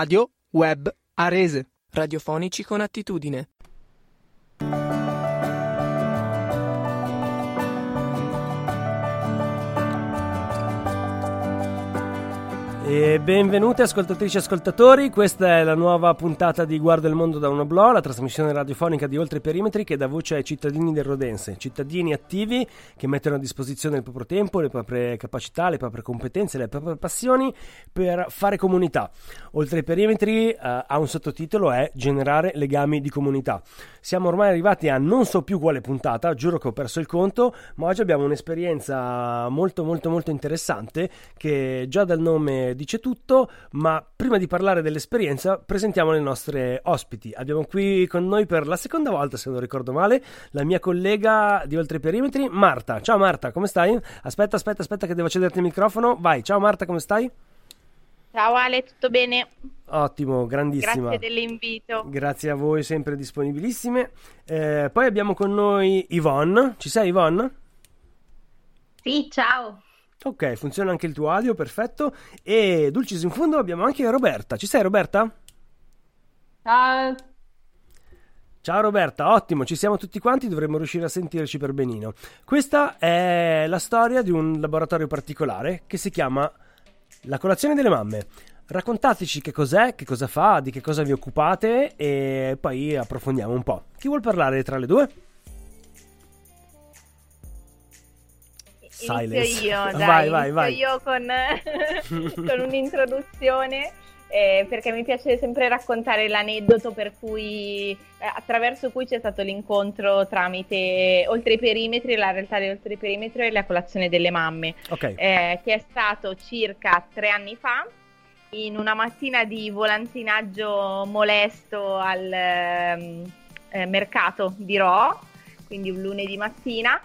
Radio Web Arese. Radiofonici con attitudine. E benvenuti ascoltatrici e ascoltatori, questa è la nuova puntata di Guarda il mondo da un oblò, la trasmissione radiofonica di Oltre i Perimetri che dà voce ai cittadini del Rodense, cittadini attivi che mettono a disposizione il proprio tempo, le proprie capacità, le proprie competenze, le proprie passioni per fare comunità. Oltre i Perimetri ha un sottotitolo, è Generare legami di comunità. Siamo ormai arrivati a non so più quale puntata, giuro che ho perso il conto, ma oggi abbiamo un'esperienza molto interessante che già dal nome dice tutto, ma prima di parlare dell'esperienza presentiamo le nostre ospiti. Abbiamo qui con noi per la seconda volta, se non ricordo male, la mia collega di Oltre i Perimetri, Marta. Ciao Marta, come stai? Aspetta che devo cederti il microfono. Vai, ciao Marta, come stai? Ciao Ale, tutto bene? Ottimo, grandissima. Grazie dell'invito. Grazie a voi, sempre disponibilissime. Poi abbiamo con noi Yvonne. Ci sei Yvonne? Sì, ciao. Ok, funziona anche il tuo audio, perfetto. E dulcis in fondo abbiamo anche Roberta. Ci sei Roberta? Ciao. Ciao Roberta, ottimo, ci siamo tutti quanti, dovremmo riuscire a sentirci per benino. Questa è la storia di un laboratorio particolare che si chiama La Colazione delle Mamme. Raccontateci che cos'è, che cosa fa, di che cosa vi occupate e poi approfondiamo un po'. Chi vuol parlare tra le due? Inizio io, dai. Vai. Io con un'introduzione perché mi piace sempre raccontare l'aneddoto attraverso cui c'è stato l'incontro tramite Oltre i Perimetri, la realtà di Oltre i Perimetri e la Colazione delle Mamme, okay. Che è stato circa 3 anni fa, in una mattina di volantinaggio molesto al mercato di Rho, quindi un lunedì mattina.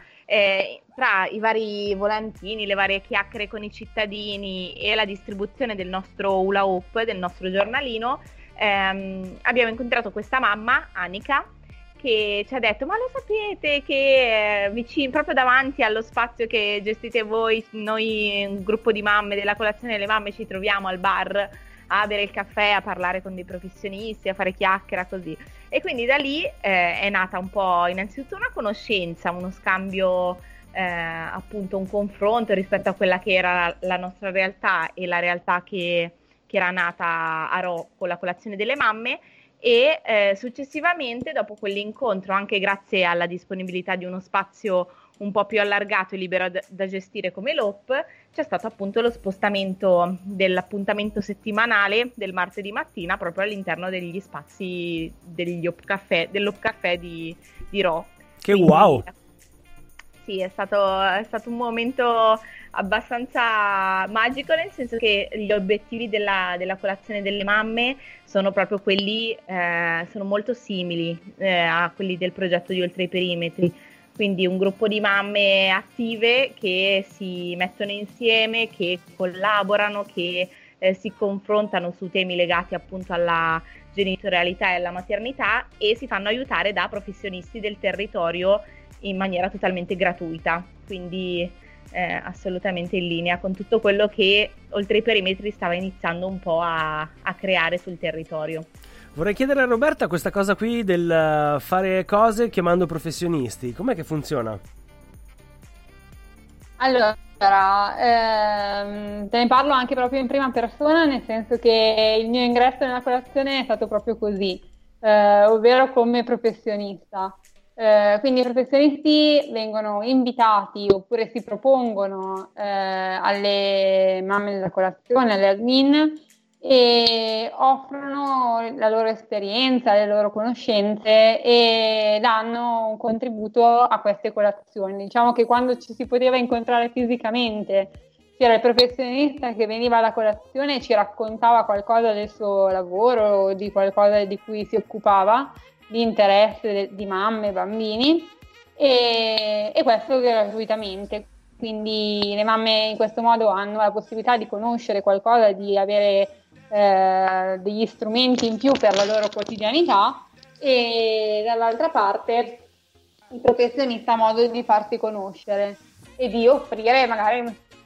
Tra i vari volantini, le varie chiacchiere con i cittadini e la distribuzione del nostro hula hoop, del nostro giornalino, abbiamo incontrato questa mamma, Anika, che ci ha detto: ma lo sapete che vicino, proprio davanti allo spazio che gestite voi, noi, un gruppo di mamme della Colazione delle Mamme, ci troviamo al bar a bere il caffè, a parlare con dei professionisti, a fare chiacchiera così. E quindi da lì è nata un po' innanzitutto una conoscenza, uno scambio, appunto un confronto rispetto a quella che era la nostra realtà e la realtà che era nata a Rho con la Colazione delle Mamme. E successivamente, dopo quell'incontro, anche grazie alla disponibilità di uno spazio un po' più allargato e libero da gestire come l'OP, c'è stato appunto lo spostamento dell'appuntamento settimanale del martedì mattina proprio all'interno degli spazi dell'OP Caffè di Rho. Che quindi, wow! Sì, è stato un momento abbastanza magico, nel senso che gli obiettivi della Colazione delle Mamme sono proprio quelli, sono molto simili a quelli del progetto di Oltre i Perimetri. Quindi un gruppo di mamme attive che si mettono insieme, che collaborano, che si confrontano su temi legati appunto alla genitorialità e alla maternità e si fanno aiutare da professionisti del territorio in maniera totalmente gratuita. Quindi assolutamente in linea con tutto quello che Oltre i Perimetri stava iniziando un po' a creare sul territorio. Vorrei chiedere a Roberta questa cosa qui del fare cose chiamando professionisti. Com'è che funziona? Allora, te ne parlo anche proprio in prima persona, nel senso che il mio ingresso nella Colazione è stato proprio così, ovvero come professionista. Quindi i professionisti vengono invitati oppure si propongono alle mamme della Colazione, alle admin, e offrono la loro esperienza, le loro conoscenze e danno un contributo a queste colazioni. Diciamo che quando ci si poteva incontrare fisicamente c'era il professionista che veniva alla colazione e ci raccontava qualcosa del suo lavoro, di qualcosa di cui si occupava, di interesse di mamme, bambini, e questo gratuitamente. Quindi le mamme in questo modo hanno la possibilità di conoscere qualcosa, di avere degli strumenti in più per la loro quotidianità, e dall'altra parte il professionista ha modo di farsi conoscere e di offrire magari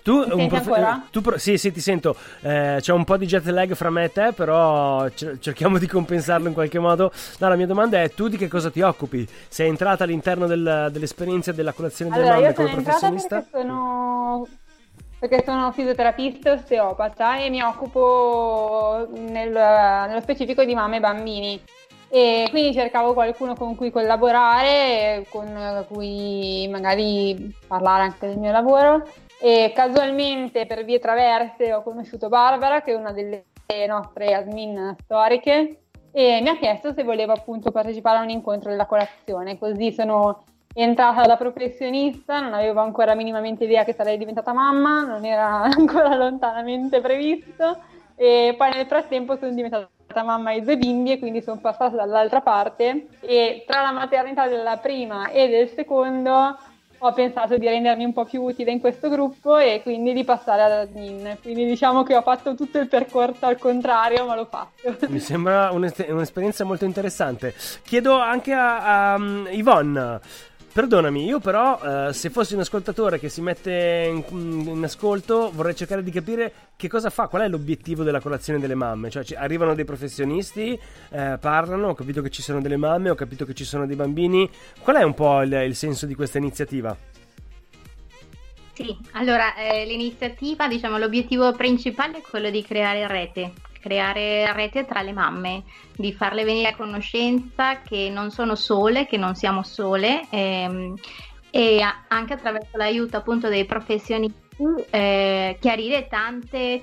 Tu, Mi senti ancora? Sì, ti sento. C'è un po' di jet lag fra me e te, però cerchiamo di compensarlo in qualche modo. No, la mia domanda è: tu di che cosa ti occupi? Sei entrata all'interno dell'esperienza della colazione delle mamme come professionista? Perché sono fisioterapista e osteopata e mi occupo nello specifico di mamme e bambini. E quindi cercavo qualcuno con cui collaborare, con cui magari parlare anche del mio lavoro. E casualmente per vie traverse ho conosciuto Barbara, che è una delle nostre admin storiche, e mi ha chiesto se volevo appunto partecipare a un incontro della colazione. Così sono entrata da professionista, non avevo ancora minimamente idea che sarei diventata mamma, non era ancora lontanamente previsto, e poi nel frattempo sono diventata mamma di 2 bimbi e quindi sono passata dall'altra parte, e tra la maternità della prima e del secondo ho pensato di rendermi un po' più utile in questo gruppo e quindi di passare ad admin. Quindi diciamo che ho fatto tutto il percorso al contrario, ma l'ho fatto. Mi sembra un'esperienza molto interessante. Chiedo anche a Yvonne. Perdonami, io però se fossi un ascoltatore che si mette in ascolto vorrei cercare di capire che cosa fa, qual è l'obiettivo della colazione delle mamme. Cioè arrivano dei professionisti, parlano, ho capito che ci sono delle mamme, ho capito che ci sono dei bambini. Qual è un po' il senso di questa iniziativa? Sì, allora l'iniziativa, diciamo, l'obiettivo principale è quello di creare rete tra le mamme, di farle venire a conoscenza che non sono sole, che non siamo sole, e anche attraverso l'aiuto appunto dei professionisti chiarire tante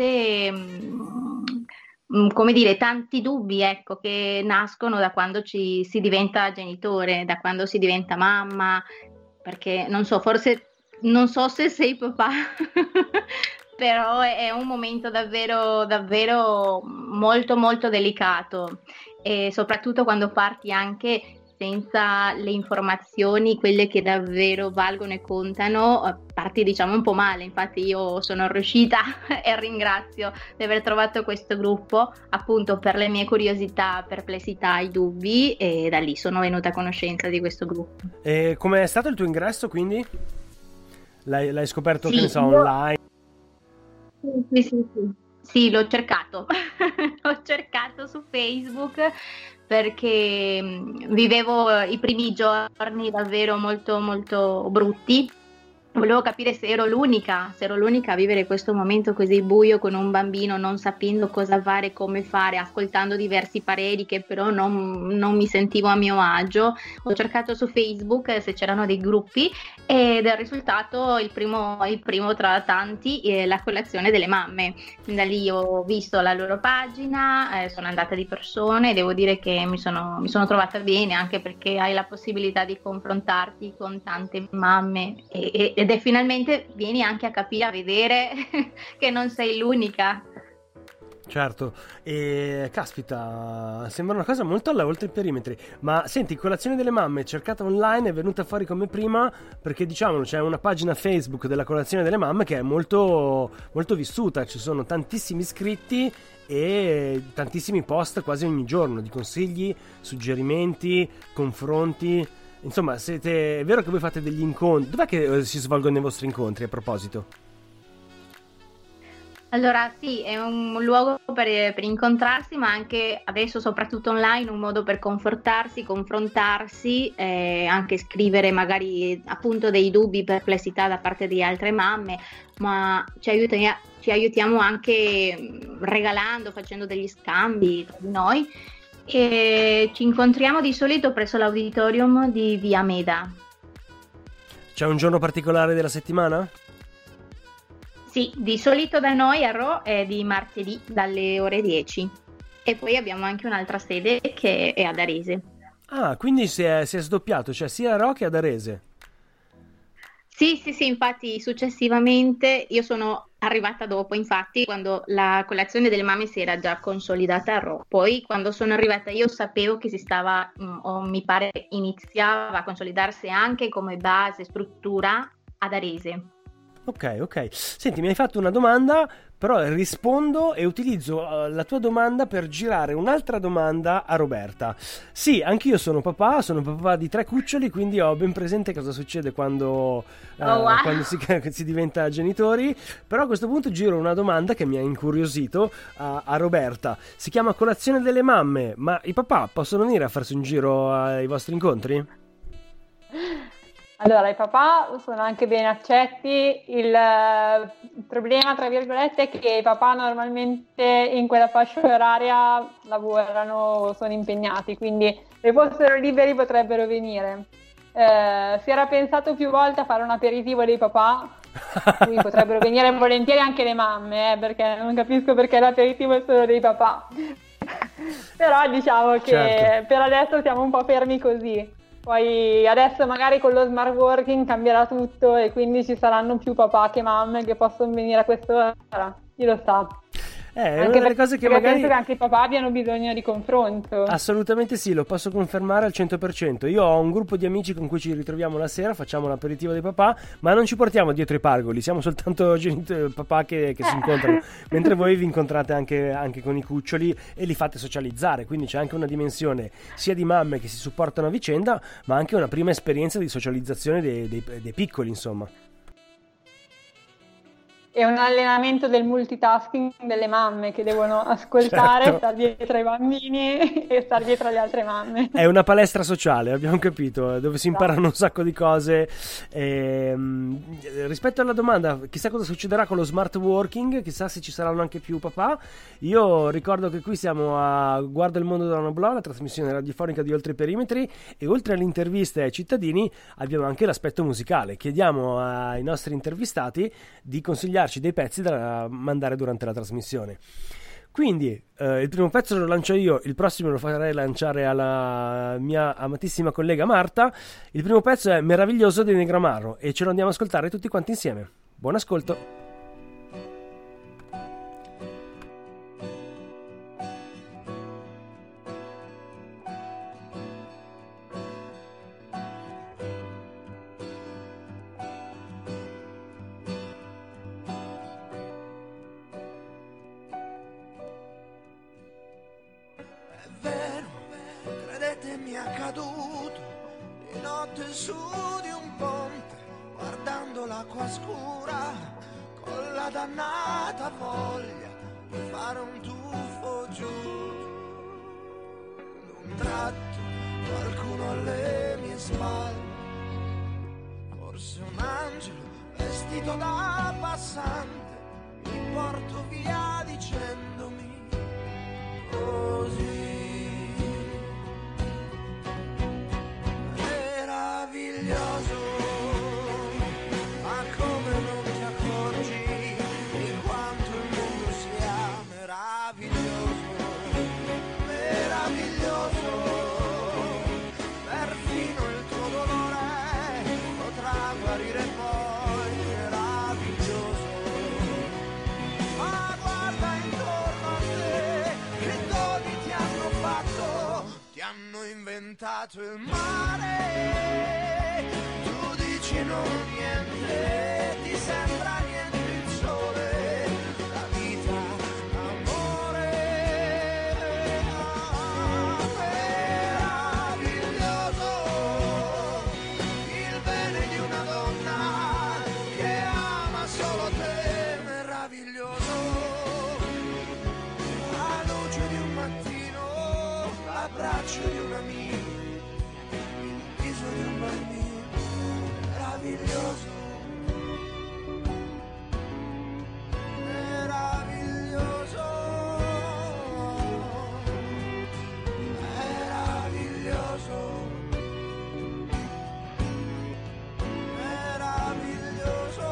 come dire, tanti dubbi, ecco, che nascono da quando si diventa genitore, da quando si diventa mamma, perché non so, forse non so se sei papà però è un momento davvero, davvero molto molto delicato, e soprattutto quando parti anche senza le informazioni, quelle che davvero valgono e contano, parti diciamo un po' male. Infatti io sono riuscita e ringrazio di aver trovato questo gruppo appunto per le mie curiosità, perplessità e dubbi, e da lì sono venuta a conoscenza di questo gruppo. E com'è stato il tuo ingresso quindi? L'hai scoperto, sì, che ne so, online? Sì, l'ho cercato. L'ho cercato su Facebook perché vivevo i primi giorni davvero molto molto brutti. Volevo capire se ero l'unica a vivere questo momento così buio con un bambino, non sapendo cosa fare, come fare, ascoltando diversi pareri che però non mi sentivo a mio agio. Ho cercato su Facebook se c'erano dei gruppi ed è risultato il primo tra tanti, la colazione delle mamme. Da lì ho visto la loro pagina, sono andata di persona e devo dire che mi sono trovata bene, anche perché hai la possibilità di confrontarti con tante mamme ed è finalmente vieni anche a capire, a vedere che non sei l'unica. Certo, e caspita, sembra una cosa molto alla oltre i perimetri. Ma senti, colazione delle mamme cercata online, è venuta fuori come prima, perché diciamolo, c'è una pagina Facebook della colazione delle mamme che è molto, molto vissuta, ci sono tantissimi iscritti e tantissimi post quasi ogni giorno di consigli, suggerimenti, confronti. Insomma, è vero che voi fate degli incontri? Dov'è che si svolgono i vostri incontri, a proposito? Allora sì, è un luogo per incontrarsi, ma anche adesso soprattutto online un modo per confortarsi, confrontarsi, anche scrivere magari appunto dei dubbi, perplessità da parte di altre mamme, ma ci aiutiamo anche regalando, facendo degli scambi tra di noi. E ci incontriamo di solito presso l'auditorium di Via Meda. C'è un giorno particolare della settimana? Sì, di solito da noi a Rho è di martedì dalle ore 10 e poi abbiamo anche un'altra sede che è ad Arese. Ah, quindi si è sdoppiato, cioè sia a Rho che ad Arese. Sì, infatti successivamente io sono arrivata dopo, infatti quando la colazione delle mamme si era già consolidata a Rho, poi quando sono arrivata io sapevo che si stava, o mi pare iniziava a consolidarsi anche come base, struttura ad Arese. Ok. Senti, mi hai fatto una domanda, però rispondo e utilizzo la tua domanda per girare un'altra domanda a Roberta. Sì, anch'io sono papà di 3 cuccioli, quindi ho ben presente cosa succede quando si diventa genitori, però a questo punto giro una domanda che mi ha incuriosito a Roberta. Si chiama Colazione delle mamme, ma i papà possono venire a farsi un giro ai vostri incontri? Allora, i papà sono anche ben accetti, il problema, tra virgolette, è che i papà normalmente in quella fascia oraria lavorano, sono impegnati, quindi se fossero liberi potrebbero venire. Si era pensato più volte a fare un aperitivo dei papà, cui potrebbero venire volentieri anche le mamme, perché non capisco perché l'aperitivo è solo dei papà. Però diciamo che certo, per adesso siamo un po' fermi così. Poi adesso magari con lo smart working cambierà tutto e quindi ci saranno più papà che mamme che possono venire a quest'ora, chi lo sa. È una delle cose che magari penso che anche i papà abbiano bisogno di confronto. Assolutamente sì, lo posso confermare al 100%. Io ho un gruppo di amici con cui ci ritroviamo la sera, facciamo l'aperitivo dei papà, ma non ci portiamo dietro i pargoli, siamo soltanto papà che si incontrano, mentre voi vi incontrate anche con i cuccioli e li fate socializzare, quindi c'è anche una dimensione sia di mamme che si supportano a vicenda, ma anche una prima esperienza di socializzazione dei piccoli, insomma. È un allenamento del multitasking delle mamme che devono ascoltare, certo, star dietro ai bambini e star dietro alle altre mamme. È una palestra sociale, abbiamo capito, dove si imparano un sacco di cose. Rispetto alla domanda, chissà cosa succederà con lo smart working, chissà se ci saranno anche più papà. Io ricordo che qui siamo a Guarda il mondo da una blog, la trasmissione radiofonica di Oltre i perimetri, e oltre alle interviste ai cittadini abbiamo anche l'aspetto musicale. Chiediamo ai nostri intervistati di consigliarci dei pezzi da mandare durante la trasmissione. Quindi il primo pezzo lo lancio io, il prossimo lo farei lanciare alla mia amatissima collega Marta. Il primo pezzo è Meraviglioso di Negramaro e ce lo andiamo ad ascoltare tutti quanti insieme. Buon ascolto. Su di un ponte, guardando l'acqua scura, con la dannata voglia di fare un tuffo giù. D'un tratto qualcuno alle mie spalle, forse un angelo vestito da passante, mi porto via dicendomi così. Ma come non ti accorgi di quanto il mondo sia meraviglioso, meraviglioso, perfino il tuo dolore potrà guarire poi, meraviglioso. Ma guarda intorno a te, che doni ti hanno fatto, ti hanno inventato il mare. Non niente, ti sembra niente il sole, la vita, l'amore, meraviglioso, il bene di una donna che ama solo te, meraviglioso, la luce di un mattino, l'abbraccio di un amico, il viso di un bambino. Meraviglioso, meraviglioso, meraviglioso, meraviglioso.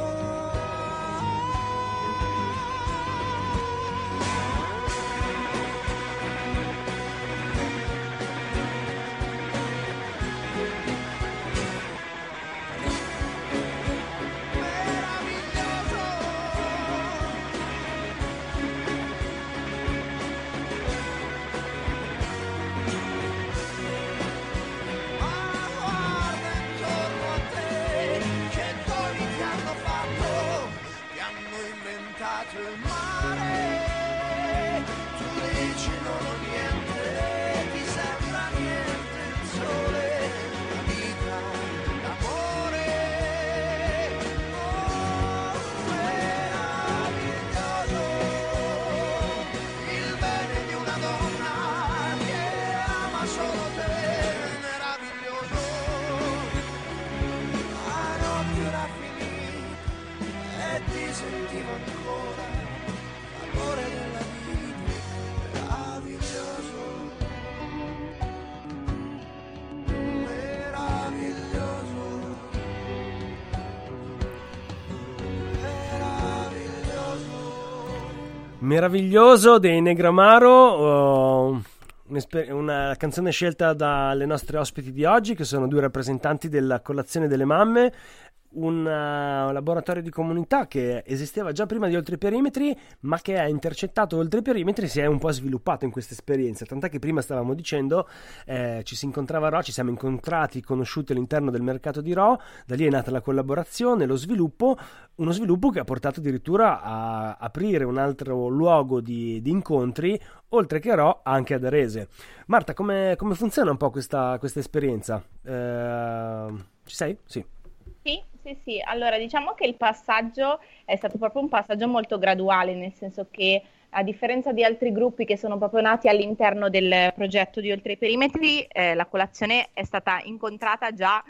Meraviglioso dei Negramaro, una canzone scelta dalle nostre ospiti di oggi, che sono due rappresentanti della Colazione delle Mamme, un laboratorio di comunità che esisteva già prima di Oltre i Perimetri, ma che ha intercettato Oltre i Perimetri, si è un po' sviluppato in questa esperienza, tant'è che prima stavamo dicendo ci si incontrava a Rho, ci siamo incontrati, conosciuti all'interno del mercato di Rho, da lì è nata la collaborazione, lo sviluppo, uno sviluppo che ha portato addirittura a aprire un altro luogo di incontri, oltre che a Rho anche ad Arese. Marta, come funziona un po' questa esperienza? Ci sei? Sì. Sì, allora diciamo che il passaggio è stato proprio un passaggio molto graduale, nel senso che a differenza di altri gruppi che sono proprio nati all'interno del progetto di Oltre i Perimetri, la colazione è stata incontrata già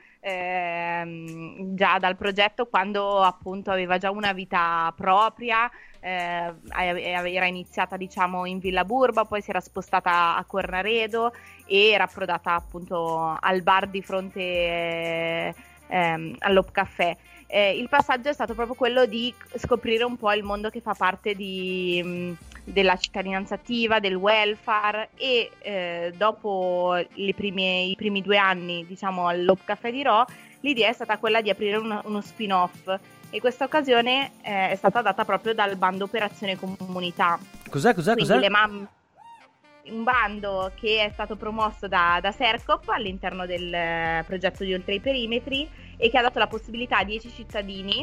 dal progetto, quando appunto aveva già una vita propria, era iniziata diciamo in Villa Burba, poi si era spostata a Cornaredo e era approdata appunto al bar di fronte all'Op Caffè. Il passaggio è stato proprio quello di scoprire un po' il mondo che fa parte della cittadinanza attiva, del welfare, e dopo i primi 2 anni diciamo all'Op Caffè di Rho, l'idea è stata quella di aprire uno spin-off, e questa occasione è stata data proprio dal bando Operazione Comunità. Cos'è? Le mamme, un bando che è stato promosso da Sercop all'interno del progetto di Oltre i Perimetri, e che ha dato la possibilità a 10 cittadini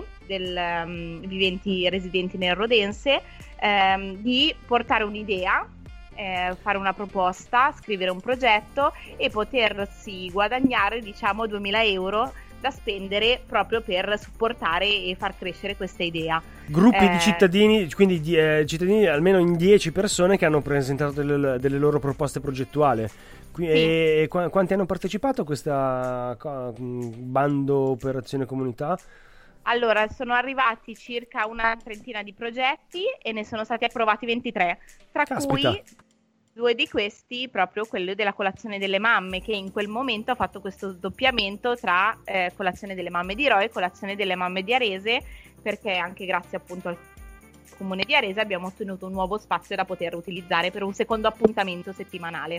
residenti nel Rodense di portare un'idea, fare una proposta, scrivere un progetto e potersi guadagnare diciamo 2.000 euro da spendere proprio per supportare e far crescere questa idea. Gruppi di cittadini, quindi cittadini almeno in 10 persone che hanno presentato delle loro proposte progettuali. Sì. E quanti hanno partecipato a questa bando Operazione Comunità? Allora, sono arrivati circa una trentina di progetti e ne sono stati approvati 23, tra Caspita. cui 2 di questi proprio quello della Colazione delle Mamme, che in quel momento ha fatto questo doppiamento tra Colazione delle Mamme di Rho e Colazione delle Mamme di Arese, perché anche grazie appunto al Comune di Arese abbiamo ottenuto un nuovo spazio da poter utilizzare per un secondo appuntamento settimanale.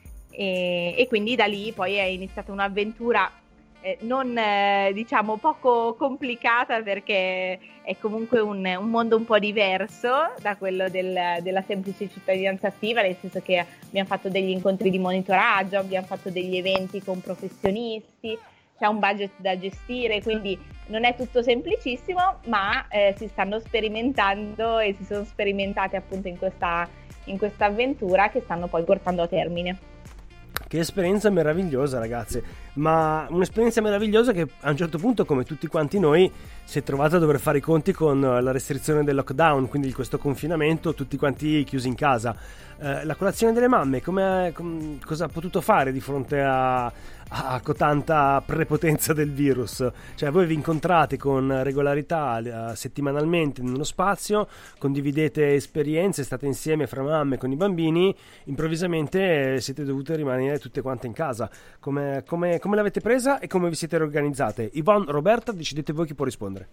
E quindi da lì poi è iniziata un'avventura non diciamo poco complicata, perché è comunque un mondo un po' diverso da quello della semplice cittadinanza attiva, nel senso che abbiamo fatto degli incontri di monitoraggio, abbiamo fatto degli eventi con professionisti, c'è un budget da gestire, quindi non è tutto semplicissimo, ma si stanno sperimentando e si sono sperimentate appunto in questa avventura che stanno poi portando a termine. Che esperienza meravigliosa, ragazzi, ma un'esperienza meravigliosa che a un certo punto, come tutti quanti noi, si è trovata a dover fare i conti con la restrizione del lockdown, quindi di questo confinamento, tutti quanti chiusi in casa. La Colazione delle Mamme, cosa ha potuto fare di fronte a tanta prepotenza del virus? Cioè, voi vi incontrate con regolarità settimanalmente in uno spazio, condividete esperienze, state insieme fra mamme con i bambini, improvvisamente siete dovute rimanere tutte quante in casa. Come l'avete presa e come vi siete organizzate? Yvonne, Roberta, decidete voi chi può rispondere.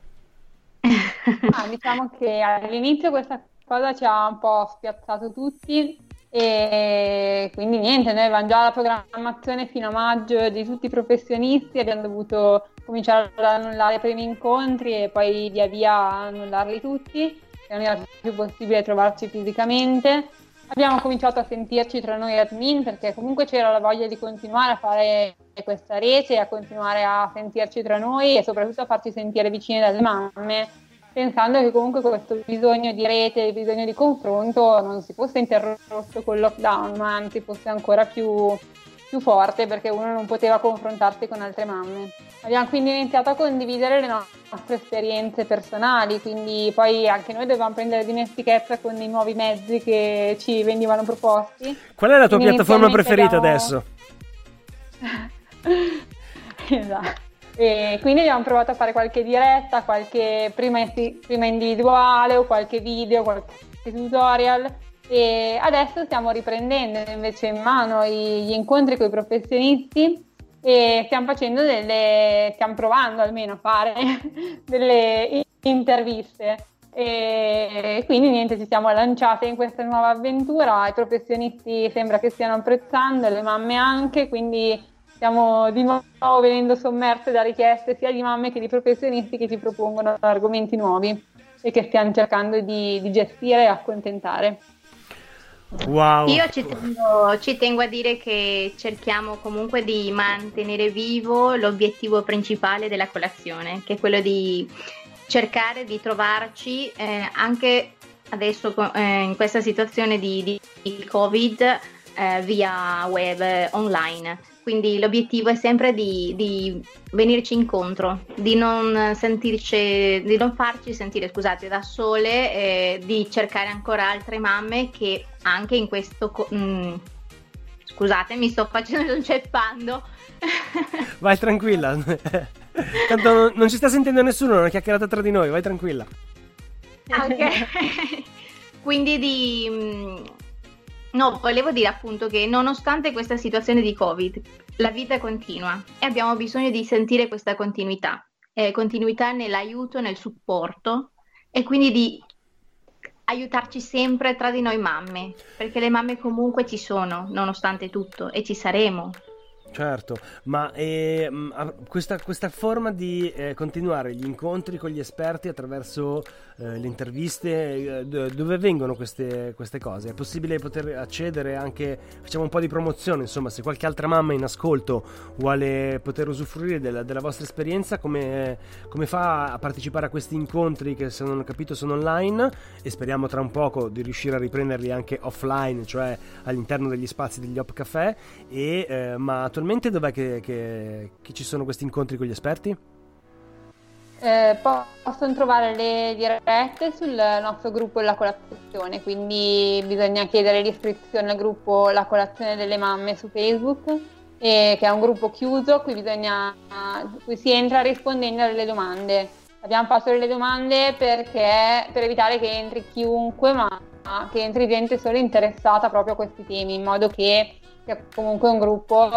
Diciamo che all'inizio questa cosa ci ha un po' spiazzato tutti, e quindi niente, noi avevamo già la programmazione fino a maggio di tutti i professionisti, abbiamo dovuto cominciare ad annullare i primi incontri e poi via via annullarli tutti, che non era più possibile trovarci fisicamente. Abbiamo cominciato a sentirci tra noi admin, perché comunque c'era la voglia di continuare a fare questa rete, a continuare a sentirci tra noi e soprattutto a farci sentire vicine dalle mamme, pensando che comunque questo bisogno di rete, il bisogno di confronto non si fosse interrotto col lockdown, ma anzi fosse ancora più forte, perché uno non poteva confrontarsi con altre mamme. Abbiamo quindi iniziato a condividere le nostre esperienze personali, quindi poi anche noi dovevamo prendere dimestichezza con i nuovi mezzi che ci venivano proposti. Qual è la tua piattaforma preferita adesso? Esatto. E quindi abbiamo provato a fare qualche diretta, qualche prima individuale o qualche video, qualche tutorial, e adesso stiamo riprendendo invece in mano gli incontri con i professionisti e stiamo provando almeno a fare delle interviste. E quindi niente, ci siamo lanciate in questa nuova avventura. I professionisti sembra che stiano apprezzando, le mamme anche, quindi stiamo di nuovo venendo sommerse da richieste sia di mamme che di professionisti che ci propongono argomenti nuovi e che stiamo cercando di gestire e accontentare. Wow. Io ci tengo a dire che cerchiamo comunque di mantenere vivo l'obiettivo principale della colazione, che è quello di cercare di trovarci anche adesso in questa situazione di Covid via web online. Quindi l'obiettivo è sempre di venirci incontro, di non farci sentire, scusate, da sole, di cercare ancora altre mamme che anche in questo scusate, mi sto inceppando. Vai tranquilla. Tanto non ci sta sentendo nessuno, è una chiacchierata tra di noi, vai tranquilla. Ok. Quindi no, volevo dire appunto che nonostante questa situazione di Covid, la vita continua e abbiamo bisogno di sentire questa continuità nell'aiuto, nel supporto, e quindi di aiutarci sempre tra di noi mamme, perché le mamme comunque ci sono, nonostante tutto, e ci saremo. Certo, ma questa forma di continuare gli incontri con gli esperti attraverso le interviste, dove vengono queste cose? È possibile poter accedere anche, facciamo un po' di promozione, insomma, se qualche altra mamma in ascolto vuole poter usufruire della vostra esperienza, come fa a partecipare a questi incontri che, se non ho capito, sono online, e speriamo tra un poco di riuscire a riprenderli anche offline, cioè all'interno degli spazi degli Hop Café, ma attualmente dov'è che ci sono questi incontri con gli esperti? Possono trovare le dirette sul nostro gruppo La Colazione, quindi bisogna chiedere l'iscrizione al gruppo La Colazione delle Mamme su Facebook, che è un gruppo chiuso, cui si entra rispondendo alle domande. Abbiamo fatto delle domande per evitare che entri chiunque, ma che entri gente solo interessata proprio a questi temi, in modo che sia comunque un gruppo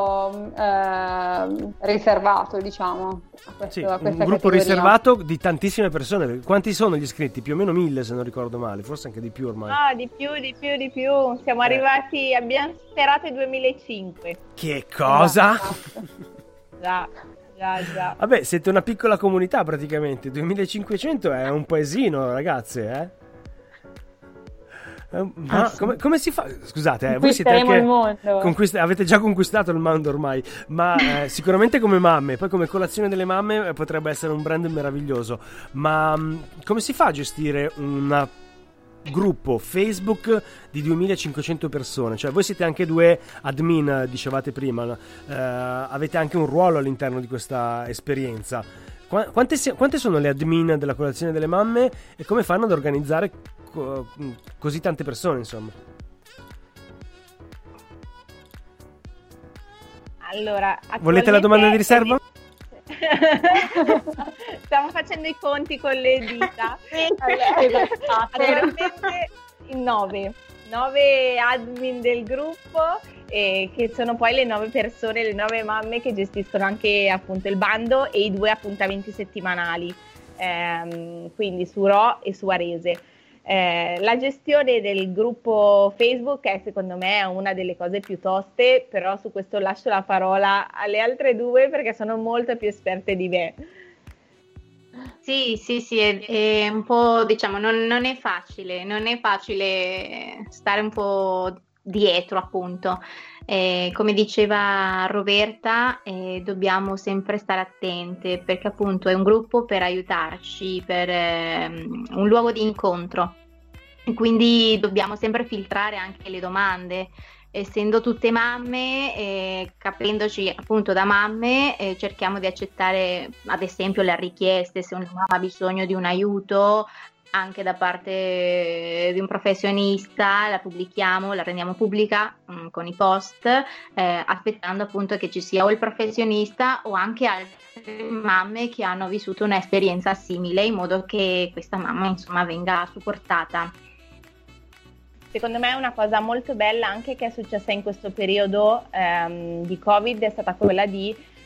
riservato, diciamo, a questa un gruppo categoria. Riservato di tantissime persone. Quanti sono gli iscritti? Più o meno 1000, se non ricordo male, forse anche di più ormai. Ah, di più. Siamo arrivati, abbiamo superato i 2005. Che cosa? Già. Vabbè, siete una piccola comunità praticamente. 2500 è un paesino, ragazze, Ma come si fa? Scusate, voi siete anche il mondo. Avete già conquistato il mondo ormai, ma sicuramente come mamme, poi come colazione delle mamme potrebbe essere un brand meraviglioso. Ma come si fa a gestire un gruppo Facebook di 2500 persone? Cioè, voi siete anche due admin, dicevate prima, avete anche un ruolo all'interno di questa esperienza. Quante sono le admin della colazione delle mamme e come fanno ad organizzare così tante persone, insomma? Allora, volete la domanda di riserva? Stiamo facendo i conti con le dita. Attualmente in 9 admin del gruppo, che sono poi le 9 persone, le 9 mamme che gestiscono anche appunto il bando e i 2 appuntamenti settimanali, quindi su Ro e su Arese. La gestione del gruppo Facebook è, secondo me, una delle cose più toste, però su questo lascio la parola alle altre due perché sono molto più esperte di me. Sì, è un po', diciamo, non è facile stare un po' dietro, appunto. Come diceva Roberta, dobbiamo sempre stare attente, perché appunto è un gruppo per aiutarci, per un luogo di incontro, quindi dobbiamo sempre filtrare anche le domande. Essendo tutte mamme, capendoci appunto da mamme, cerchiamo di accettare ad esempio le richieste. Se una mamma ha bisogno di un aiuto anche da parte di un professionista, la pubblichiamo, la rendiamo pubblica con i post, aspettando appunto che ci sia o il professionista o anche altre mamme che hanno vissuto un'esperienza simile, in modo che questa mamma, insomma, venga supportata. Secondo me una cosa molto bella anche che è successa in questo periodo di Covid è stata quella di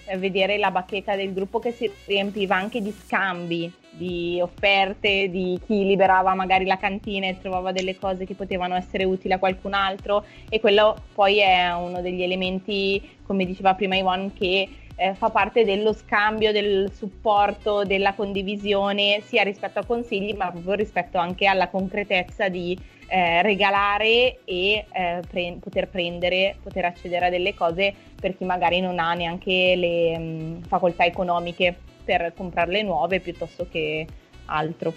vedere la bacheca del gruppo che si riempiva anche di scambi, di offerte, di chi liberava magari la cantina e trovava delle cose che potevano essere utili a qualcun altro, e quello poi è uno degli elementi, come diceva prima Yvonne, che fa parte dello scambio, del supporto, della condivisione, sia rispetto a consigli, ma proprio rispetto anche alla concretezza di regalare e poter prendere, poter accedere a delle cose per chi magari non ha neanche le facoltà economiche per comprarle nuove piuttosto che altro.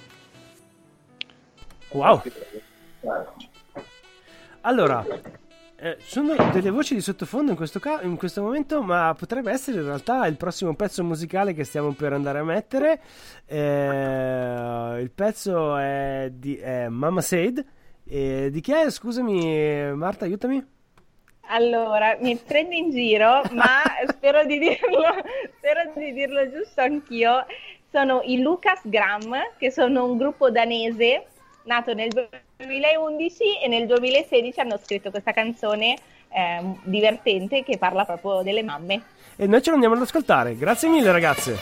Wow! Allora, sono delle voci di sottofondo in questo momento, ma potrebbe essere in realtà il prossimo pezzo musicale che stiamo per andare a mettere. Il pezzo è di Mama Said. Di chi è? Scusami Marta, aiutami. Allora, mi prendo in giro, ma spero di dirlo giusto anch'io. Sono i Lucas Graham, che sono un gruppo danese nato nel 2011 e nel 2016 hanno scritto questa canzone divertente che parla proprio delle mamme. E noi ce lo andiamo ad ascoltare. Grazie mille ragazze.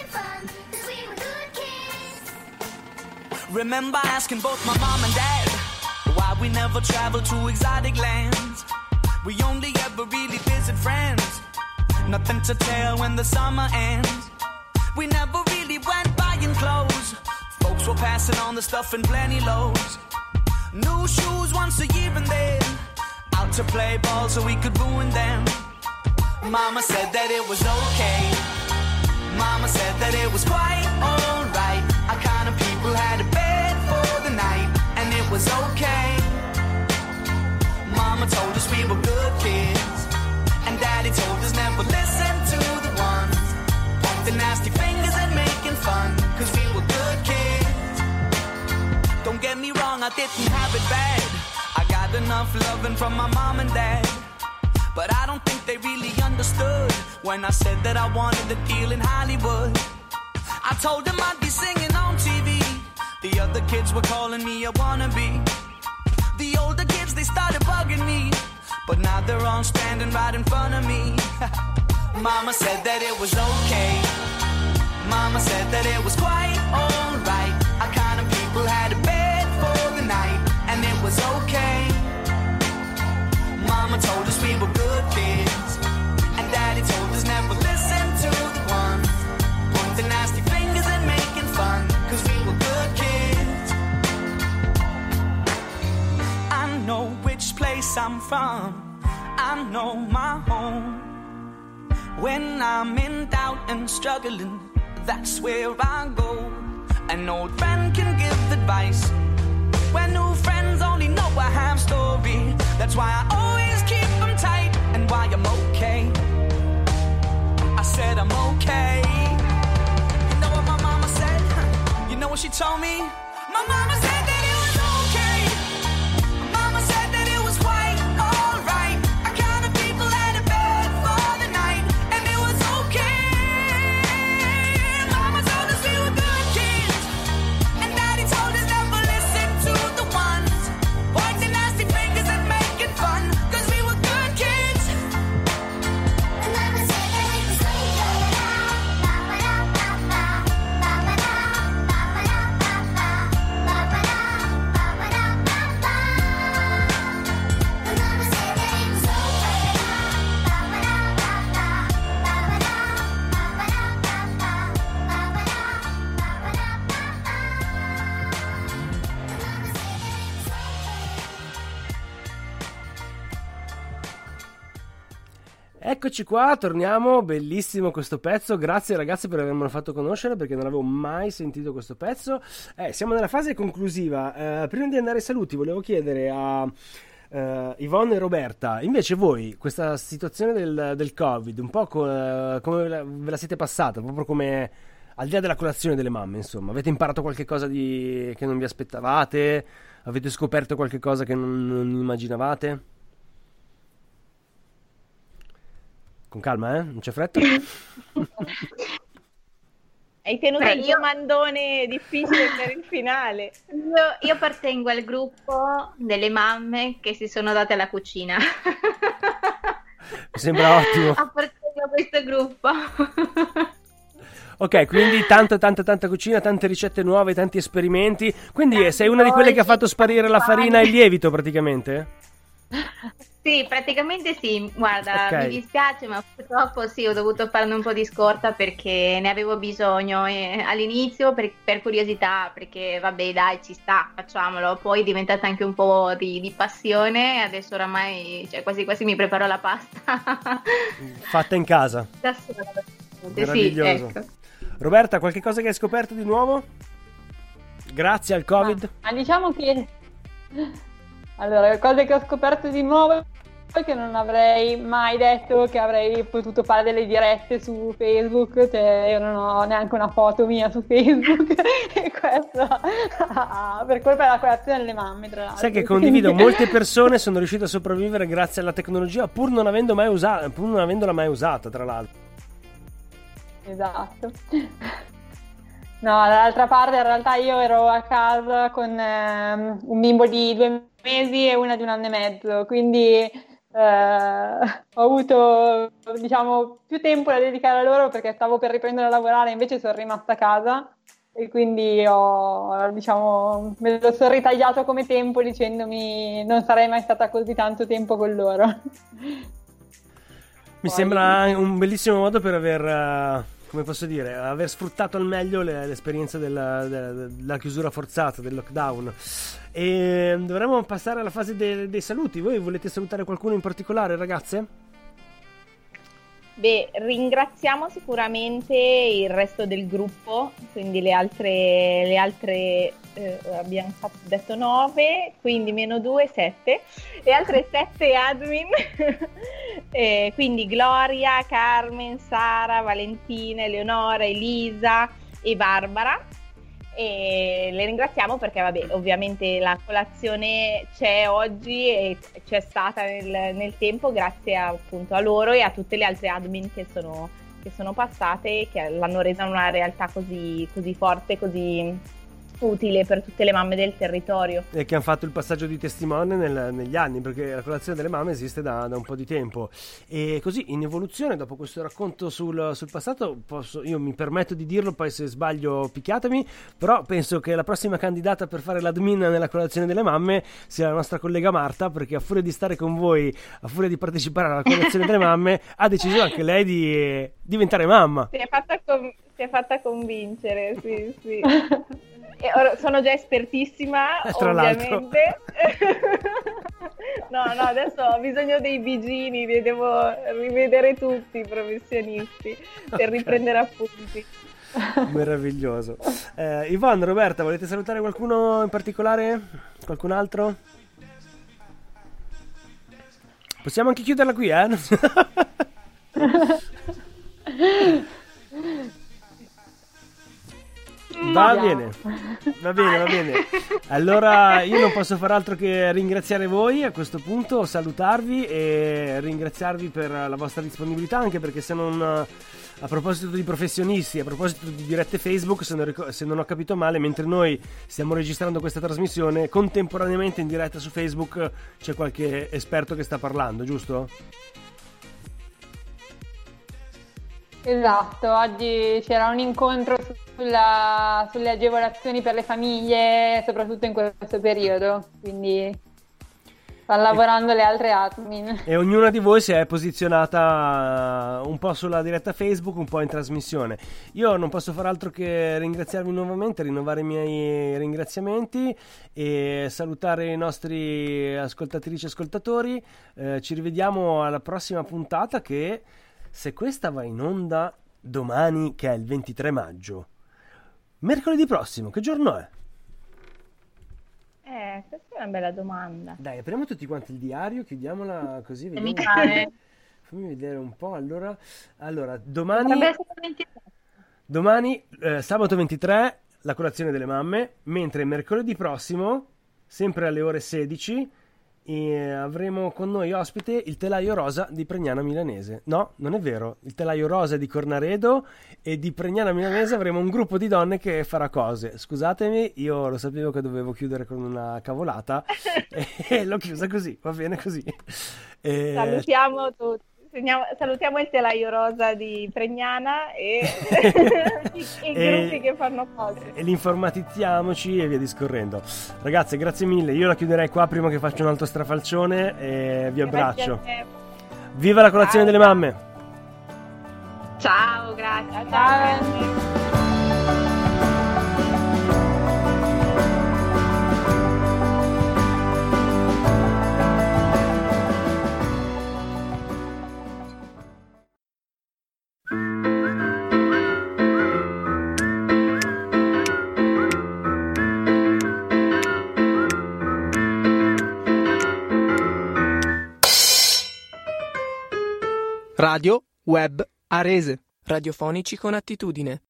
Remember asking both my mom and dad why we never travel to exotic lands. We only ever really visit friends. Nothing to tell when the summer ends. We never really went buying clothes. Folks were passing on the stuff in plenty loads. New shoes once a year and then out to play ball so we could ruin them. Mama said that it was okay. Mama said that it was quite alright. Our kind of people had a bed for the night, and it was okay. Mama told us we were good kids, and Daddy told us never listen to the ones pointing nasty fingers and making fun, cause we were good kids. Don't get me wrong, I didn't have it bad. I got enough loving from my mom and dad, but I don't think they really understood when I said that I wanted a deal in Hollywood. I told them I'd be singing on TV. The other kids were calling me a wannabe. The older kids, they started bugging me, but now they're all standing right in front of me. Mama said that it was okay. Mama said that it was quite alright. Our kind of people had a bed for the night, and it was okay. Mama told us we were good kids, and Daddy told us never listen to the ones pointing nasty fingers and making fun, cause we were good kids. I know which place I'm from, I know my home. When I'm in doubt and struggling, that's where I go. An old friend can give advice when new friends only know a half story. That's why I always keep them tight, and why I'm okay. I said I'm okay. You know what my mama said? You know what she told me? My mama said that it was okay. Mama said that it was quite alright. Our kind of people had a bed for the night, and it was okay. Mama told us we were good kids, and Daddy told us never listen to the ones pointing nasty fingers and making fun, cause we were good kids. And Mama said that it was Eccoci qua, torniamo, bellissimo questo pezzo, grazie ragazzi per avermelo fatto conoscere perché non avevo mai sentito questo pezzo. Siamo nella fase conclusiva, prima di andare ai saluti volevo chiedere a Yvonne e Roberta, invece voi questa situazione del Covid, un po' come ve la siete passata, proprio come al di là della colazione delle mamme, insomma, avete imparato qualche cosa che non vi aspettavate, avete scoperto qualche cosa che non immaginavate? Con calma, non c'è fretta. Hai tenuto il domandone difficile per il finale. Io appartengo al gruppo delle mamme che si sono date alla cucina. Mi sembra ottimo. Appartengo a questo gruppo. Ok, quindi tanta cucina, tante ricette nuove, tanti esperimenti. Quindi sei una di quelle che ha fatto sparire la farina e il lievito praticamente? Sì, praticamente sì. Guarda, Ok. mi dispiace, ma purtroppo sì, ho dovuto farne un po' di scorta perché ne avevo bisogno all'inizio per curiosità, perché vabbè, dai, ci sta, facciamolo. Poi è diventata anche un po' di passione. Adesso oramai, cioè, quasi quasi mi preparo la pasta Fatta in casa. da sola. Sì, Meraviglioso. ecco. Roberta, qualche cosa che hai scoperto di nuovo? Grazie al Covid? Ma diciamo che allora, le cose che ho scoperto di nuovo è che non avrei mai detto che avrei potuto fare delle dirette su Facebook, cioè io non ho neanche una foto mia su Facebook e questo per colpa della colazione delle mamme, tra l'altro. Sai che condivido, molte persone sono riuscite a sopravvivere grazie alla tecnologia pur non avendola mai usata, tra l'altro. Esatto. No, dall'altra parte in realtà io ero a casa con un bimbo di 2 mesi e una di 1 anno e mezzo, quindi ho avuto, diciamo, più tempo da dedicare a loro perché stavo per riprendere a lavorare, invece sono rimasta a casa e quindi diciamo, me lo sono ritagliato come tempo dicendomi non sarei mai stata così tanto tempo con loro. Mi sembra un bellissimo modo per come posso dire, aver sfruttato al meglio l'esperienza della chiusura forzata, del lockdown. E dovremmo passare alla fase dei saluti. Voi volete salutare qualcuno in particolare, ragazze? Beh, ringraziamo sicuramente il resto del gruppo, quindi le altre abbiamo detto 9, quindi meno 2, 7, le altre 7 admin, quindi Gloria, Carmen, Sara, Valentina, Eleonora, Elisa e Barbara. E le ringraziamo perché vabbè, ovviamente la colazione c'è oggi e c'è stata nel tempo grazie appunto a loro e a tutte le altre admin che sono passate e che l'hanno resa una realtà così forte, così utile per tutte le mamme del territorio. E che hanno fatto il passaggio di testimone negli anni, perché la colazione delle mamme esiste da un po' di tempo. E così, in evoluzione, dopo questo racconto sul passato, io mi permetto di dirlo, poi se sbaglio picchiatemi, però penso che la prossima candidata per fare l'admin nella colazione delle mamme sia la nostra collega Marta, perché a furia di stare con voi, a furia di partecipare alla colazione delle mamme, ha deciso anche lei di diventare mamma. Si è fatta convincere, sì. E ora sono già espertissima, tra ovviamente. No, adesso ho bisogno dei bigini, li devo rivedere tutti i professionisti per riprendere appunti. Meraviglioso. Yvonne, Roberta, volete salutare qualcuno in particolare? Qualcun altro? Possiamo anche chiuderla qui, eh? Va bene. Allora io non posso far altro che ringraziare voi a questo punto, salutarvi e ringraziarvi per la vostra disponibilità, anche perché se non a proposito di professionisti, a proposito di dirette Facebook, se non ho capito male, mentre noi stiamo registrando questa trasmissione, contemporaneamente in diretta su Facebook c'è qualche esperto che sta parlando, giusto? Esatto, oggi c'era un incontro sulle agevolazioni per le famiglie, soprattutto in questo periodo, quindi stanno lavorando le altre admin. E ognuna di voi si è posizionata un po' sulla diretta Facebook, un po' in trasmissione. Io non posso far altro che ringraziarvi nuovamente, rinnovare i miei ringraziamenti e salutare i nostri ascoltatrici e ascoltatori. Ci rivediamo alla prossima puntata che, se questa va in onda domani, che è il 23 maggio, mercoledì prossimo, che giorno è? Questa è una bella domanda. Dai, apriamo tutti quanti il diario, chiudiamola così, vediamo. Fammi vedere un po', allora domani sabato 23, la colazione delle mamme, mentre mercoledì prossimo, sempre alle ore 16, avremo con noi ospite il telaio rosa di Pregnana Milanese. No, non è vero, il telaio rosa è di Cornaredo e di Pregnana Milanese avremo un gruppo di donne che farà cose. Scusatemi, io lo sapevo che dovevo chiudere con una cavolata e l'ho chiusa così, va bene così. Salutiamo tutti. Salutiamo il telaio rosa di Pregnana e i gruppi che fanno cose. E li informatizziamoci e via discorrendo. Ragazze, grazie mille. Io la chiuderei qua prima che faccia un altro strafalcione e vi abbraccio. Viva la colazione delle mamme! Ciao, grazie. Ciao. Radio Web Arese. Radiofonici con attitudine.